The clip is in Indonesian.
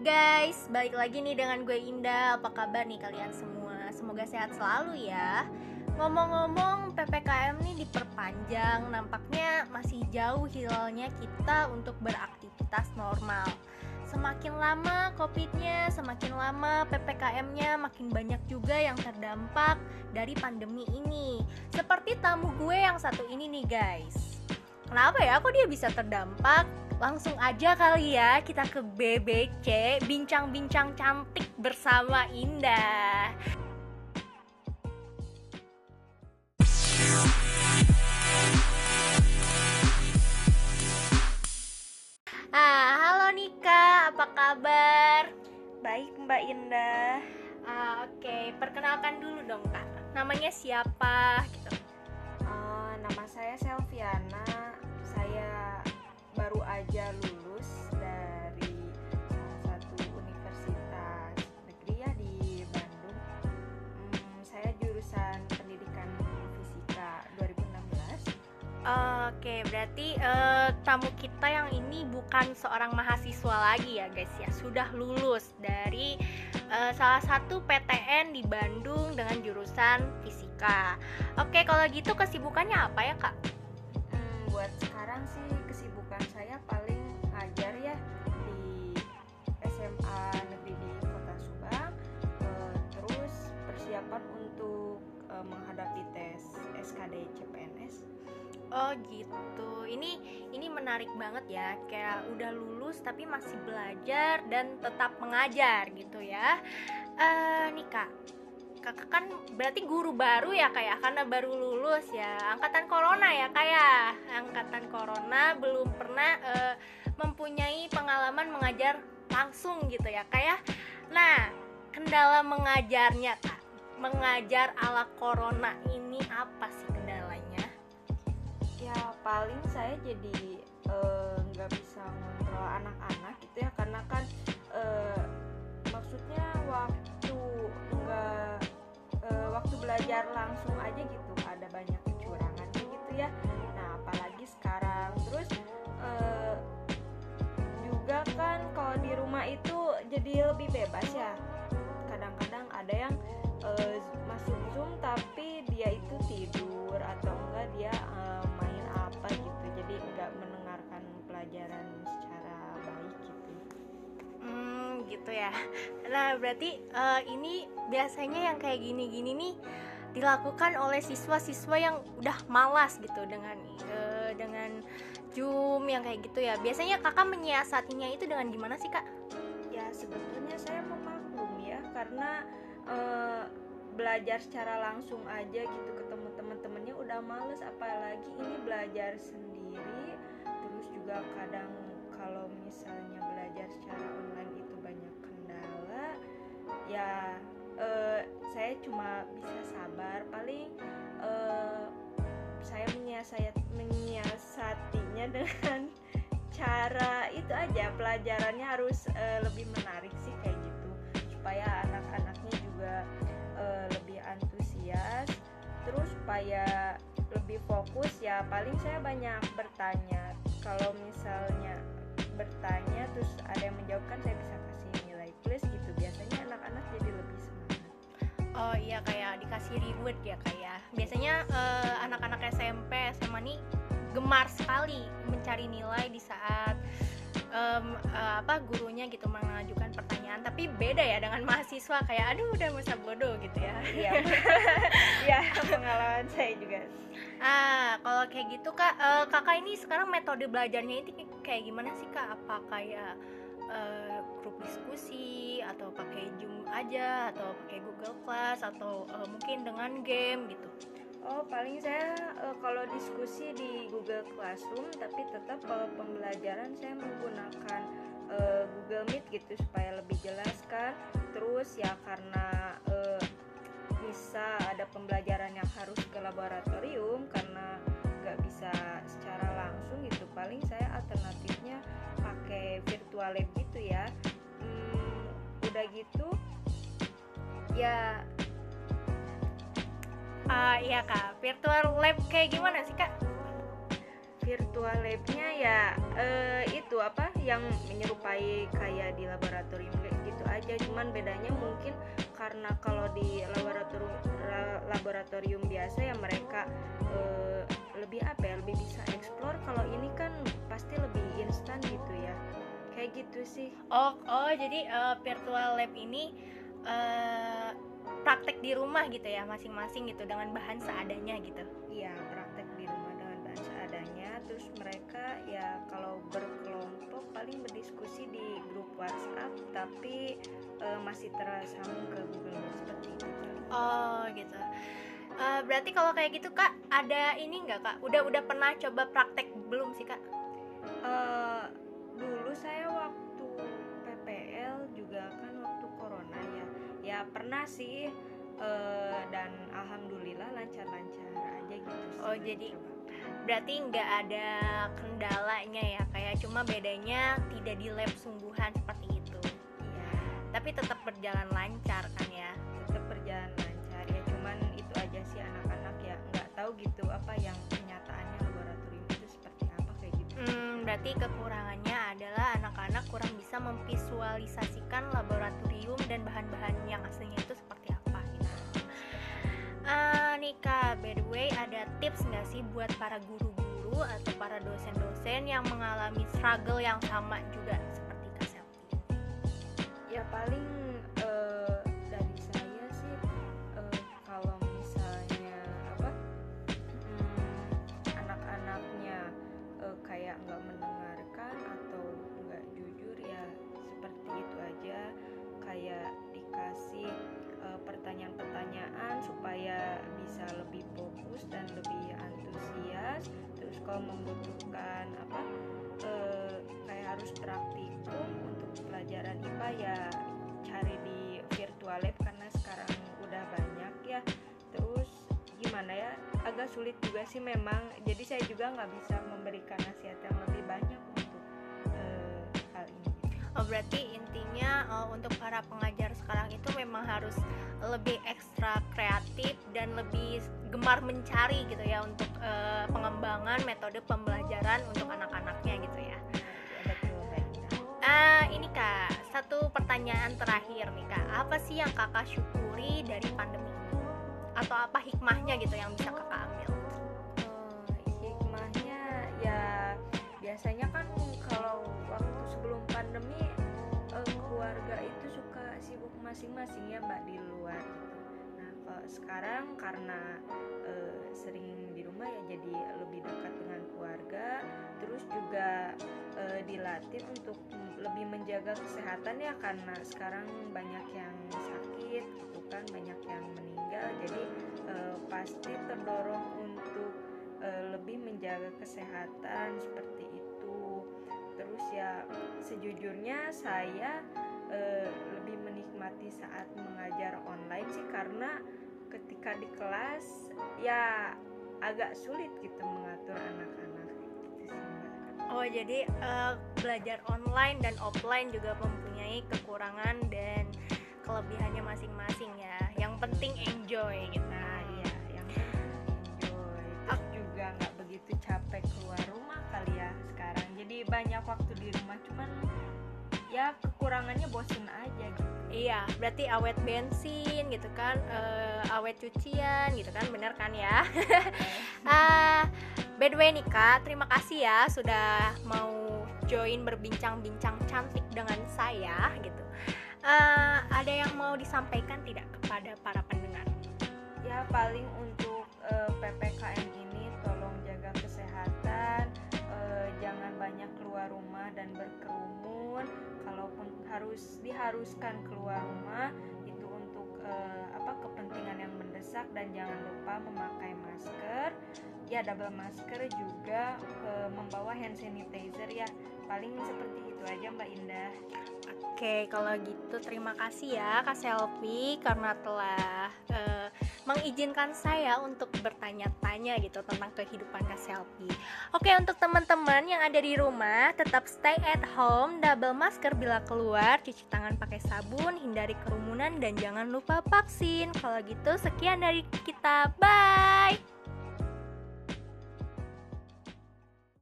Guys, balik lagi nih dengan gue Indah. Apa kabar nih kalian semua? Semoga sehat selalu ya. Ngomong-ngomong, PPKM nih diperpanjang. Nampaknya masih jauh hilalnya kita untuk beraktivitas normal. Semakin lama COVID-nya, semakin lama PPKM-nya, makin banyak juga yang terdampak dari pandemi ini. Seperti tamu gue yang satu ini nih guys. Kenapa ya kok dia bisa terdampak? Langsung aja kali ya kita ke BBC Bincang-bincang cantik bersama Indah. Halo Nika, apa kabar? Baik Mbak Indah. Oke, perkenalkan dulu dong Kak. Namanya siapa gitu? Nama saya Selviana. Saya baru aja lulus dari salah satu universitas negeri ya di Bandung. Saya jurusan pendidikan fisika 2016. Oke, berarti tamu kita yang ini bukan seorang mahasiswa lagi ya guys ya. Sudah lulus dari salah satu PTN di Bandung dengan jurusan fisika. Oke, kalau gitu kesibukannya apa ya Kak? Buat sekarang sih kesibukan saya paling ngajar ya di SMA negeri di Kota Subang, terus persiapan untuk menghadapi tes SKD CPNS. Oh gitu. Ini menarik banget ya. Kayak udah lulus tapi masih belajar dan tetap mengajar gitu ya. Nih Kak, Kakak kan berarti guru baru ya Kak ya, karena baru lulus ya. Angkatan corona ya Kak ya. Angkatan corona belum pernah mempunyai pengalaman mengajar langsung gitu ya Kak ya. Nah, kendala mengajarnya Kak, mengajar ala corona ini apa sih kendalanya? Ya paling saya jadi nggak bisa ngontrol anak-anak gitu ya, karena kan maksudnya waktu belajar langsung aja gitu ada banyak kecurangan gitu ya. Nah apalagi sekarang, terus juga kan kalau di rumah itu jadi lebih bebas ya. Kadang-kadang ada yang masuk Zoom tapi dia itu tidur atau enggak dia main apa gitu, jadi enggak mendengarkan pelajaran secara baik gitu. Gitu ya. Nah berarti ini biasanya yang kayak gini-gini nih dilakukan oleh siswa-siswa yang udah malas gitu dengan Zoom yang kayak gitu ya. Biasanya kakak menyiasatinya itu dengan gimana sih Kak? Ya sebetulnya saya memaklum ya, karena belajar secara langsung aja gitu ketemu teman-temannya udah males, apalagi ini belajar sendiri. Terus juga kadang kalau misalnya belajar secara online itu banyak kendala ya. Saya cuma bisa sabar, paling saya menyiasatinya dengan cara itu aja, pelajarannya harus lebih menarik sih kayak gitu, supaya anak-anaknya juga lebih antusias, terus supaya lebih fokus ya. Paling saya banyak bertanya, kalau misalnya bertanya terus ada yang menjawab kan saya bisa kasih nilai plus gitu, biasanya anak-anak jadi lebih semangat. Oh iya, kayak dikasih reward ya kayak. Biasanya anak-anak SMP, SMA nih gemar sekali mencari nilai di saat gurunya gitu mengajukan pertanyaan. Tapi beda ya dengan mahasiswa, kayak aduh udah masa bodoh gitu ya. Iya. Ya pengalaman saya juga. Kalau kayak gitu Kak, kakak ini sekarang metode belajarnya itu kayak gimana sih Kak? Apa kayak grup diskusi atau pakai Zoom aja atau pakai Google Class atau mungkin dengan game gitu? Oh paling saya kalau diskusi di Google Classroom, tapi tetap kalau pembelajaran saya menggunakan Google Meet gitu supaya lebih jelas kan. Terus ya karena bisa ada pembelajaran yang harus ke laboratorium karena nggak bisa secara langsung gitu, paling saya alternatifnya pakai virtual lab gitu ya. Udah gitu ya. Iya Kak, virtual lab kayak gimana sih Kak? Virtual labnya ya itu apa yang menyerupai kayak di laboratorium kayak gitu aja, cuman bedanya mungkin karena kalau di laboratorium biasa ya mereka lebih apa ya, lebih bisa explore. Kalau ini kan pasti lebih instan gitu ya, kayak gitu sih. Jadi virtual lab ini praktek di rumah gitu ya masing-masing gitu dengan bahan seadanya gitu. Iya, praktek di rumah dengan bahan seadanya. Terus mereka ya kalau berkelompok paling berdiskusi di grup WhatsApp, tapi masih tersambung ke Google Meet seperti itu. Oh gitu. Berarti kalau kayak gitu Kak, ada ini nggak Kak? Udah pernah coba praktek belum sih Kak? Dulu saya waktu PPL juga kan waktu corona ya pernah sih, dan alhamdulillah lancar-lancar aja gitu sih. Oh jadi berarti nggak ada kendalanya ya, kayak cuma bedanya tidak di lab sungguhan seperti itu. Iya, Tapi tetap berjalan lancar kan ya? tetap berjalan lancar ya, cuman itu aja sih anak-anak ya nggak tahu gitu apa yang kenyataannya laboratorium itu seperti apa kayak gitu. Berarti kekurangannya adalah anak-anak kurang bisa memvisualisasikan laboratorium dan bahan-bahan yang aslinya itu seperti apa gitu. Nih Kak, by the way ada tips nggak sih buat para guru-guru atau para dosen-dosen yang mengalami struggle yang sama juga seperti Kak Selvi? Ya paling dari saya sih, kalau misalnya anak-anaknya kayak nggak mendengarkan atau nggak jujur ya seperti itu aja, kayak dikasih pertanyaan-pertanyaan supaya bisa lebih fokus dan lebih antusias. Terus kalau membutuhkan kayak harus praktikum untuk pelajaran IPA ya cari di virtual lab karena sekarang udah banyak ya. Terus gimana ya, agak sulit juga sih memang, jadi saya juga nggak bisa memberikan nasihat yang lebih banyak untuk hal ini. Berarti intinya untuk para pengajar sekarang itu memang harus lebih ekstra kreatif dan lebih gemar mencari gitu ya untuk pengembangan metode pembelajaran untuk anak-anaknya gitu ya. Ini Kak, satu pertanyaan terakhir nih Kak, apa sih yang Kakak syukuri dari pandemi ini? Atau apa hikmahnya gitu yang bisa Kakak ambil? Hikmahnya ya biasanya kan kalau waktu sebelum pandemi keluarga itu suka sibuk masing-masing ya Mbak di luar gitu. Nah kalau sekarang karena sering di rumah ya jadi lebih dekat dengan keluarga. Terus juga dilatih untuk lebih menjaga kesehatan ya, karena sekarang banyak yang sakit gitu kan, banyak yang meninggal. Jadi pasti terdorong untuk lebih menjaga kesehatan seperti itu. Terus ya sejujurnya saya lebih menikmati saat mengajar online sih, karena ketika di kelas ya agak sulit gitu mengatur anak-anak gitu sih Mbak. Oh jadi belajar online dan offline juga mempunyai kekurangan dan kelebihannya masing-masing ya. Yang penting enjoy gitu. Nah iya, yang penting enjoy. Terus juga nggak begitu capek keluar rumah kali ya sekarang. Jadi banyak waktu di rumah, cuman ya kekurangannya bosen aja gitu. Iya, berarti awet bensin gitu kan, awet cucian gitu kan, bener kan ya? By the way nih Kak, terima kasih ya sudah mau join berbincang-bincang cantik dengan saya gitu. Ada yang mau disampaikan tidak kepada para pendengar? Ya paling untuk PPKM ini tolong jaga kesehatan, jangan banyak keluar rumah dan berkerumun. Kalaupun diharuskan keluar rumah itu untuk kepentingan yang mendesak, dan jangan lupa memakai masker ya, double masker, juga membawa hand sanitizer ya. Paling seperti itu aja Mbak Indah. Oke, kalau gitu terima kasih ya Kak Selvi karena telah mengizinkan saya untuk bertanya-tanya gitu tentang kehidupan Kak Selvi. Oke, untuk teman-teman yang ada di rumah, tetap stay at home, double masker bila keluar, cuci tangan pakai sabun, hindari kerumunan, dan jangan lupa vaksin. Kalau gitu sekian dari kita, bye.